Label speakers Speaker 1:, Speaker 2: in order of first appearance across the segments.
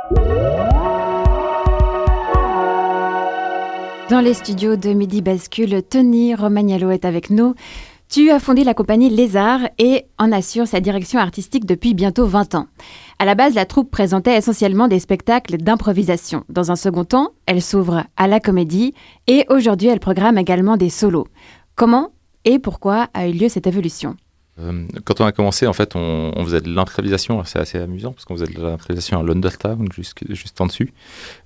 Speaker 1: Dans les studios de Midi Bascule, Tony Romagnolo est avec nous. Tu as fondé la compagnie Lézard et en assures sa direction artistique depuis bientôt 20 ans. À la base, la troupe présentait essentiellement des spectacles d'improvisation. Dans un second temps, elle s'ouvre à la comédie et aujourd'hui, elle programme également des solos. Comment et pourquoi a eu lieu cette évolution ?
Speaker 2: Quand on a commencé, en fait, on faisait de l'improvisation. C'est assez amusant parce qu'on faisait de l'improvisation à l'Undertown, juste en dessus.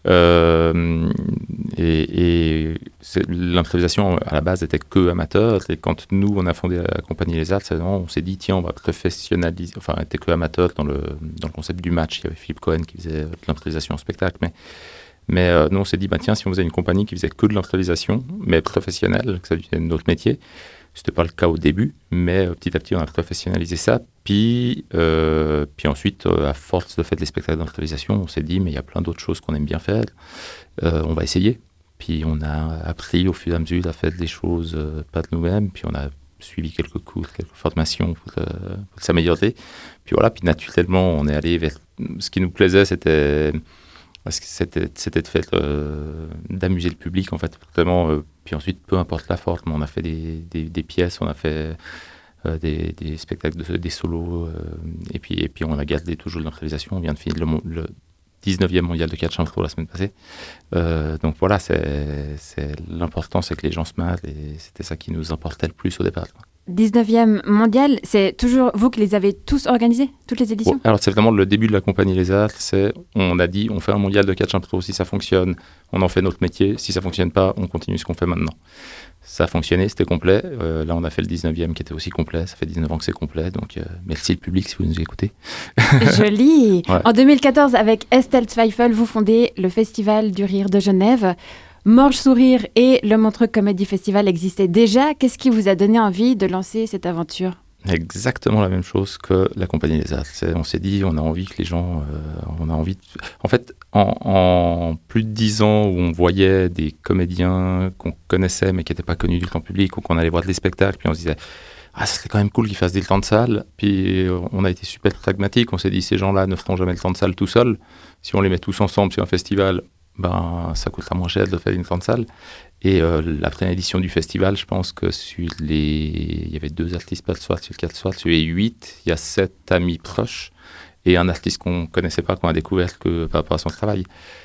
Speaker 2: Et l'improvisation, à la base, était que amateur. Et quand nous, on a fondé la compagnie Les Arts, on s'est dit, tiens, on va professionnaliser. Enfin, on était que amateur dans le concept du match. Il y avait Philippe Cohen qui faisait de l'improvisation en spectacle. Mais nous, on s'est dit, bah, tiens, si on faisait une compagnie qui faisait que de l'improvisation, mais professionnelle, que ça devienne notre métier. C'était pas le cas au début, mais petit à petit, on a professionnalisé ça. Puis ensuite, à force de faire des spectacles d'improvisation, on s'est dit, mais il y a plein d'autres choses qu'on aime bien faire. On va essayer. Puis on a appris au fur et à mesure à faire des choses pas de nous-mêmes. Puis on a suivi quelques cours, quelques formations pour s'améliorer. Puis voilà, puis naturellement, on est allé vers... Ce qui nous plaisait, c'était de faire d'amuser le public, en fait, vraiment. Puis ensuite, peu importe la forme, on a fait des pièces, on a fait des spectacles, des solos, et puis on a gardé toujours l'improvisation. On vient de finir le 19e mondial de catch intro la semaine passée. Donc voilà, l'important, c'est que les gens se marrent, et c'était ça qui nous importait le plus au départ, quoi.
Speaker 1: 19e mondial, c'est toujours vous qui les avez tous organisés, toutes les éditions ?
Speaker 2: Alors c'est vraiment le début de la compagnie Les Arts. On a dit, on fait un mondial de catch impro, si ça fonctionne, on en fait notre métier. Si ça fonctionne pas, on continue ce qu'on fait maintenant. Ça a fonctionné, c'était complet. Là, on a fait le 19e qui était aussi complet. Ça fait 19 ans que c'est complet. Donc merci le public si vous nous écoutez.
Speaker 1: Joli.
Speaker 2: Ouais.
Speaker 1: En 2014, avec Estelle Zweifel, vous fondez le Festival du Rire de Genève. Morge Sourire et le Montreux Comedy Festival existaient déjà. Qu'est-ce qui vous a donné envie de lancer cette aventure ?
Speaker 2: Exactement la même chose que la compagnie Les Arts. On s'est dit, on a envie que les gens... En fait, en plus de 10 ans où on voyait des comédiens qu'on connaissait mais qui n'étaient pas connus du grand public, ou qu'on allait voir des spectacles, puis on se disait, ça serait quand même cool qu'ils fassent des temps de salle. Puis on a été super pragmatique. On s'est dit, ces gens-là ne feront jamais le temps de salle tout seuls. Si on les met tous ensemble sur un festival, ça coûtera moins cher de faire une grande salle. Et la première édition du festival, je pense que il y avait 2 artistes par soir, sur 4 soirs, sur les 8, il y a 7 amis proches et un artiste qu'on ne connaissait pas, qu'on a découvert que par rapport à son travail.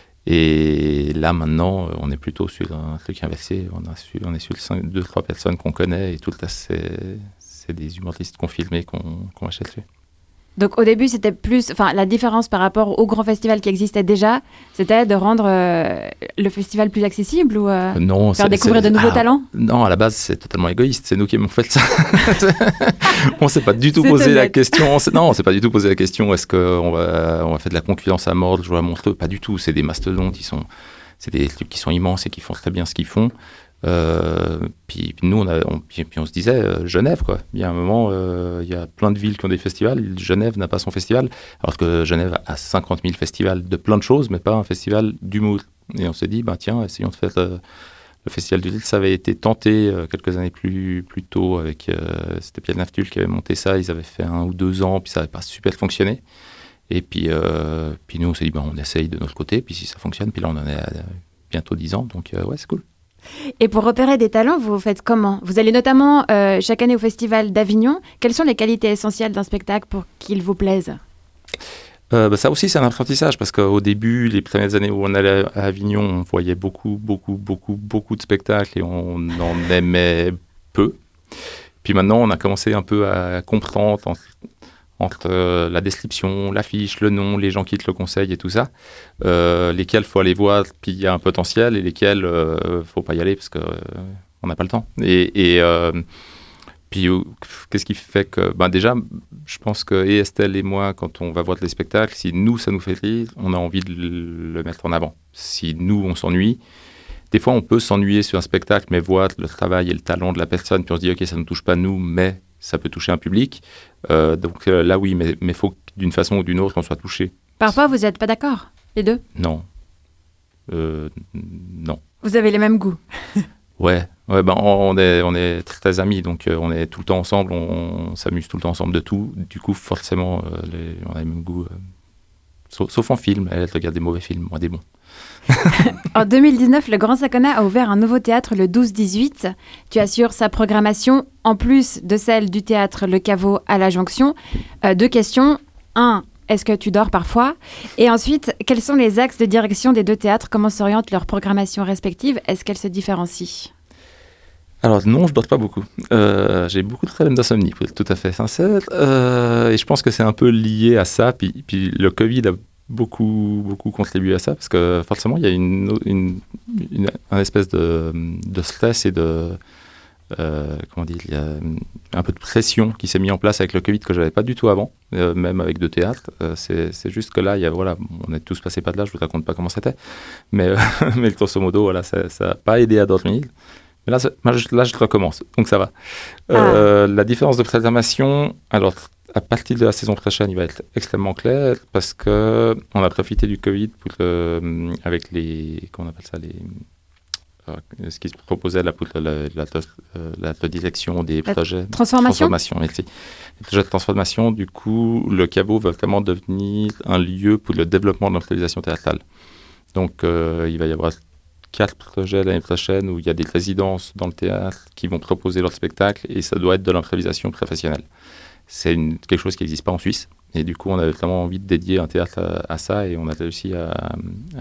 Speaker 2: Et là, maintenant, on est plutôt sur un truc inversé. On est sur 2-3 personnes qu'on connaît, et tout le reste, c'est des humoristes confirmés qu'on achète.
Speaker 1: Donc au début, c'était plus, la différence par rapport au grand festival qui existait déjà, c'était de rendre le festival plus accessible ou
Speaker 2: non,
Speaker 1: faire découvrir de nouveaux talents ?
Speaker 2: Non, à la base, c'est totalement égoïste. C'est nous qui avons fait ça. On s'est pas du tout posé la question. On s'est pas du tout posé la question. Est-ce qu'on va faire de la concurrence à mort, jouer à Montreux ? Pas du tout. C'est des mastodontes. C'est des trucs qui sont immenses et qui font très bien ce qu'ils font. Puis nous, on se disait Genève, quoi. Il y a un moment, il y a plein de villes qui ont des festivals. Genève n'a pas son festival, alors que Genève a 50 000 festivals de plein de choses, mais pas un festival d'humour. Et on s'est dit, tiens, essayons de faire le festival du rire. Ça avait été tenté quelques années plus tôt avec c'était Pierre Naftul qui avait monté ça. Ils avaient fait 1 ou 2 ans, puis ça n'avait pas super fonctionné. Et puis nous, on s'est dit, on essaye de notre côté, puis si ça fonctionne, puis là, on en est à bientôt 10 ans, donc ouais, c'est cool.
Speaker 1: Et pour repérer des talents, vous faites comment ? Vous allez notamment chaque année au Festival d'Avignon. Quelles sont les qualités essentielles d'un spectacle pour qu'il vous plaise ?
Speaker 2: Ça aussi, c'est un apprentissage, parce qu'au début, les premières années où on allait à Avignon, on voyait beaucoup de spectacles et on en aimait peu. Puis maintenant, on a commencé un peu à comprendre entre la description, l'affiche, le nom, les gens qui te le conseillent et tout ça, lesquels faut aller voir, puis il y a un potentiel, et lesquels faut pas y aller parce que on n'a pas le temps. Et puis qu'est-ce qui fait que, déjà, je pense que et Estelle et moi, quand on va voir des spectacles, si nous ça nous fait rire, on a envie de le mettre en avant. Si nous on s'ennuie, des fois on peut s'ennuyer sur un spectacle, mais voir le travail et le talent de la personne, puis on se dit ok, ça ne touche pas nous, mais ça peut toucher un public. Donc là, oui, mais il faut d'une façon ou d'une autre qu'on soit touché.
Speaker 1: Parfois, vous n'êtes pas d'accord, les deux ?
Speaker 2: Non. Non.
Speaker 1: Vous avez les mêmes goûts ?
Speaker 2: Ouais, on est très, très amis, donc on est tout le temps ensemble, on s'amuse tout le temps ensemble de tout. Du coup, forcément, on a les mêmes goûts Sauf en film, elle regarde des mauvais films, moi des bons.
Speaker 1: En 2019, le Grand Sakona a ouvert un nouveau théâtre le 12-18. Tu assures sa programmation en plus de celle du théâtre Le Caveau à la Jonction. 2 questions. 1. Est-ce que tu dors parfois ? Et ensuite, quels sont les axes de direction des 2 théâtres ? Comment s'orientent leurs programmations respectives ? Est-ce qu'elles se différencient ?
Speaker 2: Alors non, je dors pas beaucoup. J'ai beaucoup de problèmes d'insomnie, pour être tout à fait sincère. Et je pense que c'est un peu lié à ça. Puis le Covid a beaucoup contribué à ça, parce que forcément, il y a une espèce de stress et de... comment dire, il y a un peu de pression qui s'est mis en place avec le Covid que je n'avais pas du tout avant, même avec 2 théâtres. C'est juste que là, on est tous passés pas de là, je ne vous raconte pas comment c'était. Mais grosso modo, voilà, ça n'a pas aidé à dormir. Mais là, je recommence, donc ça va. La différence de programmation, alors à partir de la saison prochaine, il va être extrêmement clair parce qu'on a profité du Covid avec les... Comment on appelle ça, ce qui se proposait pour la direction des projets.
Speaker 1: Transformation,
Speaker 2: merci. Les projets de transformation, du coup, le Caveau va vraiment devenir un lieu pour le développement de l'improvisation théâtrale. Donc, il va y avoir 4 projets l'année prochaine où il y a des résidences dans le théâtre qui vont proposer leur spectacle et ça doit être de l'improvisation professionnelle. C'est quelque chose qui n'existe pas en Suisse. Et du coup, on avait vraiment envie de dédier un théâtre à ça et on a réussi à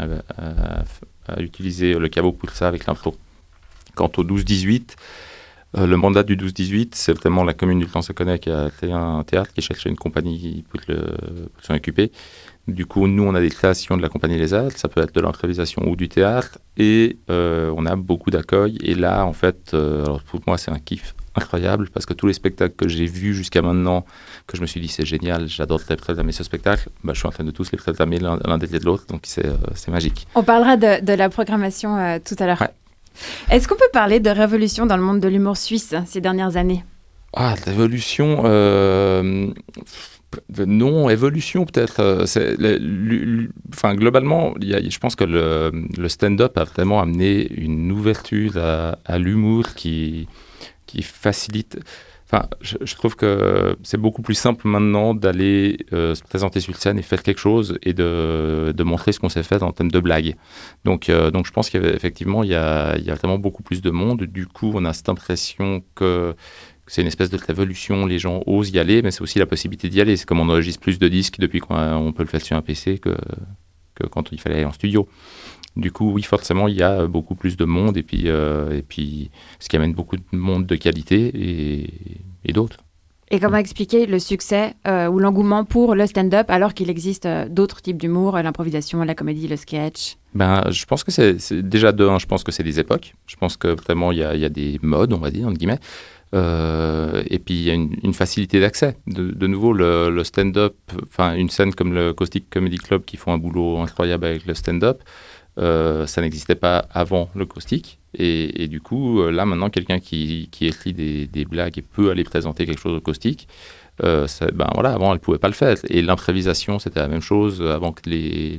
Speaker 2: utiliser le Caveau pour ça avec l'impro. Quant au 12-18, le mandat du 12-18, c'est vraiment la commune du Grand Sakona qui a créé un théâtre, qui cherchait une compagnie pour s'en occuper. Du coup, nous, on a des créations de la compagnie Les Arts, ça peut être de l'improvisation ou du théâtre, et on a beaucoup d'accueil. Et là, en fait, alors pour moi, c'est un kiff incroyable, parce que tous les spectacles que j'ai vus jusqu'à maintenant, que je me suis dit, c'est génial, j'adore programmer ce spectacle, je suis en train de tous les programmer l'un derrière l'autre, donc c'est magique.
Speaker 1: On parlera de la programmation tout à l'heure. Ouais. Est-ce qu'on peut parler de révolution dans le monde de l'humour suisse ces dernières années ?
Speaker 2: Révolution... non, évolution peut-être. Globalement, je pense que le stand-up a vraiment amené une ouverture à l'humour qui facilite... je trouve que c'est beaucoup plus simple maintenant d'aller se présenter sur scène et faire quelque chose et de montrer ce qu'on s'est fait en termes de blagues. Donc je pense qu'effectivement, il y a vraiment beaucoup plus de monde. Du coup, on a cette impression que c'est une espèce de révolution, les gens osent y aller, mais c'est aussi la possibilité d'y aller. C'est comme on enregistre plus de disques depuis qu'on peut le faire sur un PC que quand il fallait aller en studio. Du coup, oui, forcément, il y a beaucoup plus de monde, et puis ce qui amène beaucoup de monde de qualité et d'autres.
Speaker 1: Et comment expliquer le succès ou l'engouement pour le stand-up alors qu'il existe d'autres types d'humour, l'improvisation, la comédie, le sketch ?
Speaker 2: Je pense que c'est déjà je pense que c'est des époques. Je pense que vraiment, il y a des modes, on va dire, entre guillemets. Et puis il y a une facilité d'accès. De nouveau, le stand-up, une scène comme le Caustic Comedy Club qui font un boulot incroyable avec le stand-up, ça n'existait pas avant le Caustic. Et du coup, là maintenant, quelqu'un qui écrit des blagues et peut aller présenter quelque chose au Caustic, avant elle ne pouvait pas le faire. Et l'improvisation, c'était la même chose avant que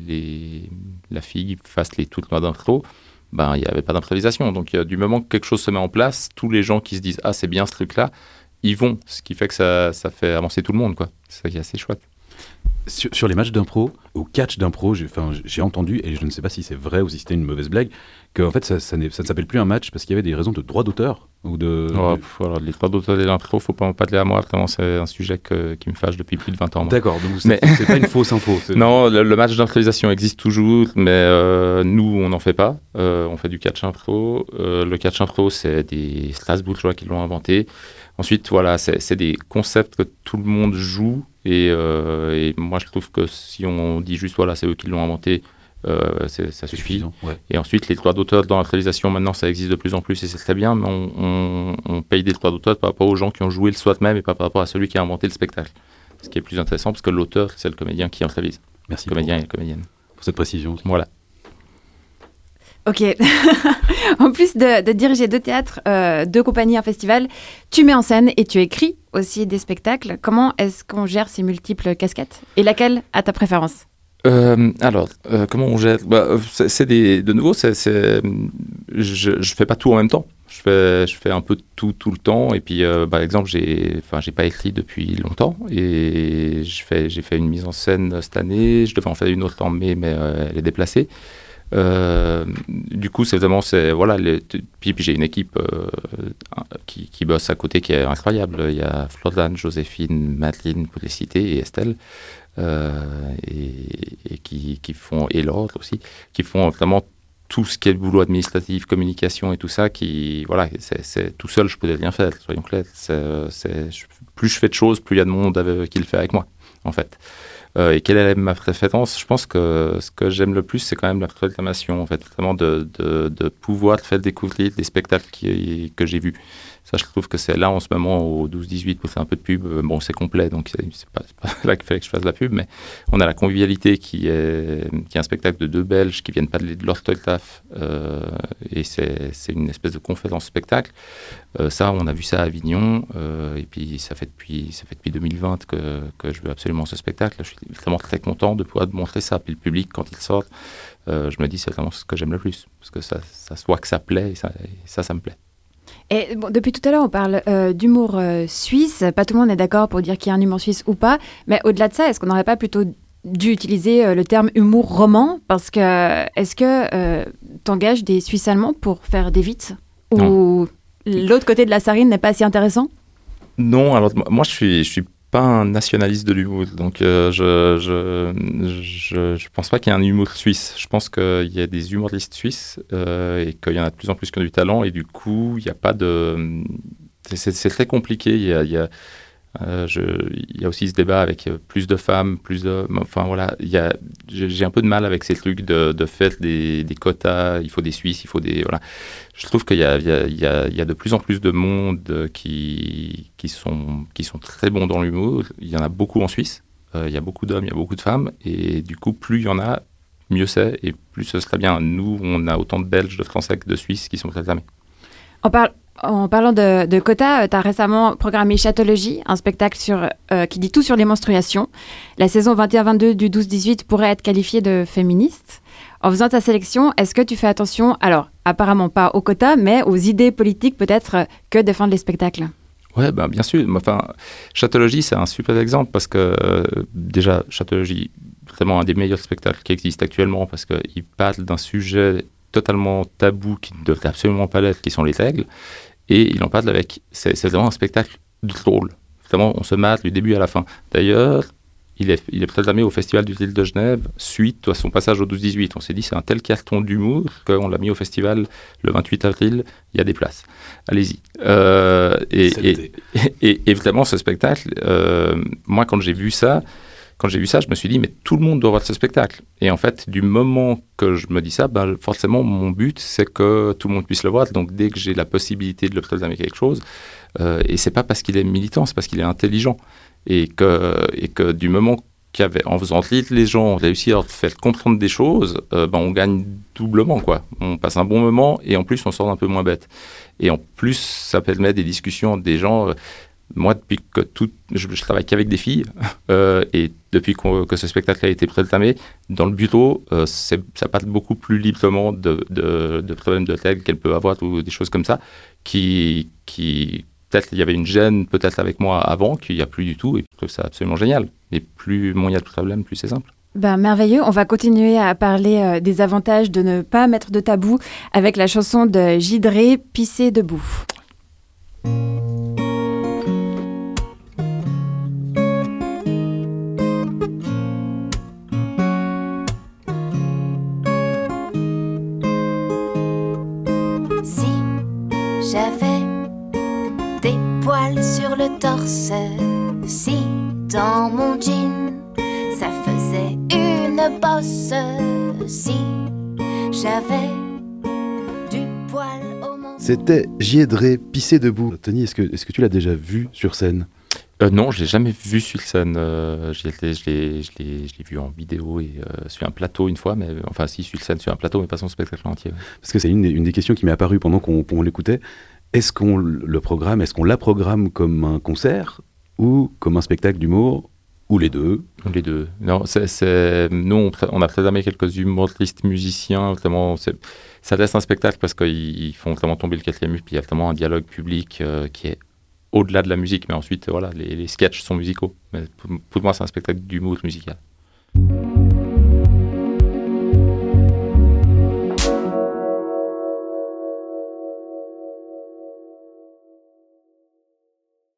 Speaker 2: la fille fasse les toutes noix d'intro. Il n'y avait pas d'improvisation. Donc, du moment que quelque chose se met en place, tous les gens qui se disent « Ah, c'est bien ce truc-là », ils vont. Ce qui fait que ça fait avancer tout le monde, quoi. C'est ça qui est assez chouette.
Speaker 3: Sur les matchs d'impro, au catch d'impro, j'ai entendu, et je ne sais pas si c'est vrai ou si c'était une mauvaise blague, qu'en fait, ça ne s'appelle plus un match parce qu'il y avait des raisons de droit d'auteur ou de...
Speaker 2: Alors, les droits d'auteur de l'impro, il ne faut pas en parler à moi. Vraiment, c'est un sujet qui me fâche depuis plus de 20 ans. Moi.
Speaker 3: D'accord, donc c'est pas une fausse info.
Speaker 2: Non, le match d'improvisation existe toujours, mais nous, on n'en fait pas. On fait du catch impro. Le catch impro, c'est des Strasbourgeois qui l'ont inventé. Ensuite, voilà, c'est des concepts que tout le monde joue. Et moi, je trouve que si on dit juste, voilà, c'est eux qui l'ont inventé, ça suffit. Ouais. Et ensuite, les droits d'auteur dans l'improvisation, maintenant, ça existe de plus en plus et c'est très bien, mais on paye des droits d'auteur par rapport aux gens qui ont joué le SWAT même et pas par rapport à celui qui a inventé le spectacle. Ce qui est plus intéressant parce que l'auteur, c'est le comédien qui improvise.
Speaker 3: Merci.
Speaker 2: Le comédien et la comédienne.
Speaker 3: Pour cette précision.
Speaker 2: Voilà.
Speaker 1: Ok. En plus de diriger 2 théâtres, 2 compagnies, un festival, tu mets en scène et tu écris aussi des spectacles. Comment est-ce qu'on gère ces multiples casquettes ? Et laquelle a ta préférence ?
Speaker 2: Comment on gère? De nouveau, je fais pas tout en même temps. Je fais un peu tout le temps. Et puis, par exemple, j'ai pas écrit depuis longtemps et j'ai fait une mise en scène cette année. Je devais en faire une autre en mai, mais elle est déplacée. Du coup, puis j'ai une équipe qui bosse à côté qui est incroyable. Il y a Floriane, Joséphine, Madeleine, pour les citer, et Estelle. Et qui font, et l'autre aussi, qui font vraiment tout ce qui est le boulot administratif, communication et tout ça, c'est tout seul, je peux rien faire, soyons clairs. Plus je fais de choses, plus il y a de monde qui le fait avec moi, en fait. Et quelle est ma préférence? Je pense que ce que j'aime le plus, c'est quand même la proclamation, en fait, vraiment de pouvoir faire découvrir des spectacles que j'ai vus. Ça, je trouve que c'est là, en ce moment, au 12-18, pour faire un peu de pub. Bon, c'est complet, donc c'est pas là qu'il fallait que je fasse la pub, mais on a la Convivialité qui est un spectacle de 2 Belges qui viennent parler de l'orthographe, et c'est une espèce de conférence spectacle. Ça, on a vu ça à Avignon, et puis ça fait depuis 2020 que je veux absolument ce spectacle. Je suis vraiment très content de pouvoir montrer ça. Puis le public, quand il sort, je me dis c'est vraiment ce que j'aime le plus, parce que ça se voit que ça plaît, et ça me plaît.
Speaker 1: Et bon, depuis tout à l'heure, on parle d'humour suisse. Pas tout le monde est d'accord pour dire qu'il y a un humour suisse ou pas. Mais au-delà de ça, est-ce qu'on n'aurait pas plutôt dû utiliser le terme humour roman? Parce que est-ce que t'engages des Suisses allemands pour faire des vitz? Ou l'autre côté de la sarine n'est pas si intéressant?
Speaker 2: Non, alors moi je suis pas un nationaliste de l'humour, donc je pense pas qu'il y ait un humour suisse. Je pense qu'il y a des humoristes suisses et qu'il y en a de plus en plus qui ont du talent, et du coup il y a pas de, c'est très compliqué. Il y a aussi ce débat avec plus de femmes, plus d'hommes. Enfin voilà, j'ai un peu de mal avec ces trucs de faire des quotas. Il faut des Suisses, il faut des, voilà. Je trouve qu'il y a de plus en plus de monde qui sont très bons dans l'humour. Il y en a beaucoup en Suisse. Il y a beaucoup d'hommes, il y a beaucoup de femmes, et du coup plus il y en a, mieux c'est, et plus ce serait bien. Nous, on a autant de Belges, de Français que de Suisses qui sont réclamés.
Speaker 1: En parlant de quotas, tu as récemment programmé Chatologie, un spectacle qui dit tout sur les menstruations. La saison 21-22 du 12-18 pourrait être qualifiée de féministe. En faisant ta sélection, est-ce que tu fais attention, alors apparemment pas aux quotas, mais aux idées politiques peut-être que défendent les spectacles?
Speaker 2: Ouais, bien sûr. Enfin, Chatologie, c'est un super exemple parce que déjà, Chatologie, vraiment un des meilleurs spectacles qui existent actuellement, parce qu'il parle d'un sujet totalement tabou qui ne devrait absolument pas l'être, qui sont les règles, et il en parle avec... C'est vraiment un spectacle drôle. Vraiment, on se mate du début à la fin. D'ailleurs, il est proclamé au Festival du Rire de Genève suite à son passage au 12-18. On s'est dit, c'est un tel carton d'humour qu'on l'a mis au festival le 28 avril, il y a des places. Allez-y. Et vraiment, ce spectacle, moi, quand j'ai vu ça, je me suis dit, mais tout le monde doit voir ce spectacle. Et en fait, du moment que je me dis ça, forcément, mon but, c'est que tout le monde puisse le voir. Donc, dès que j'ai la possibilité de le proclamer quelque chose, et c'est pas parce qu'il est militant, c'est parce qu'il est intelligent. Et que du moment en faisant rire les gens, on réussit à leur faire comprendre des choses, on gagne doublement, quoi. On passe un bon moment, et en plus, on sort un peu moins bête. Et en plus, ça permet des discussions des gens... Moi, depuis que je travaille qu'avec des filles, et depuis que ce spectacle a été proclamé, dans le bureau, ça parle beaucoup plus librement de problèmes de tête qu'elle peut avoir, ou des choses comme ça, qui peut-être il y avait une gêne peut-être avec moi avant, qu'il n'y a plus du tout, et je trouve ça absolument génial. Et plus moins il y a de problèmes, plus c'est simple.
Speaker 1: Merveilleux. On va continuer à parler des avantages de ne pas mettre de tabou avec la chanson de Gidré, Pisser debout.
Speaker 4: J'avais des poils sur le torse, si dans mon jean ça faisait une bosse, si j'avais du poil au menton.
Speaker 3: C'était Giedré, Pisser debout. Tony, est-ce que tu l'as déjà vu sur scène?
Speaker 2: Non, je ne l'ai jamais vu sur scène. Je l'ai vu en vidéo et sur un plateau une fois, mais enfin, si, sur scène, sur un plateau, mais pas son spectacle entier. Ouais.
Speaker 3: Parce que c'est une des questions qui m'est apparue pendant qu'on l'écoutait. Est-ce qu'on la programme comme un concert ou comme un spectacle d'humour, Ou les deux.
Speaker 2: Les deux. Non, nous, on a très aimé quelques humoristes musiciens. Vraiment, ça reste un spectacle parce qu'ils font vraiment tomber le quatrième mur. Puis il y a vraiment un dialogue public qui est au-delà de la musique. Mais ensuite, voilà, les sketchs sont musicaux. Mais pour moi, c'est un spectacle d'humour musical.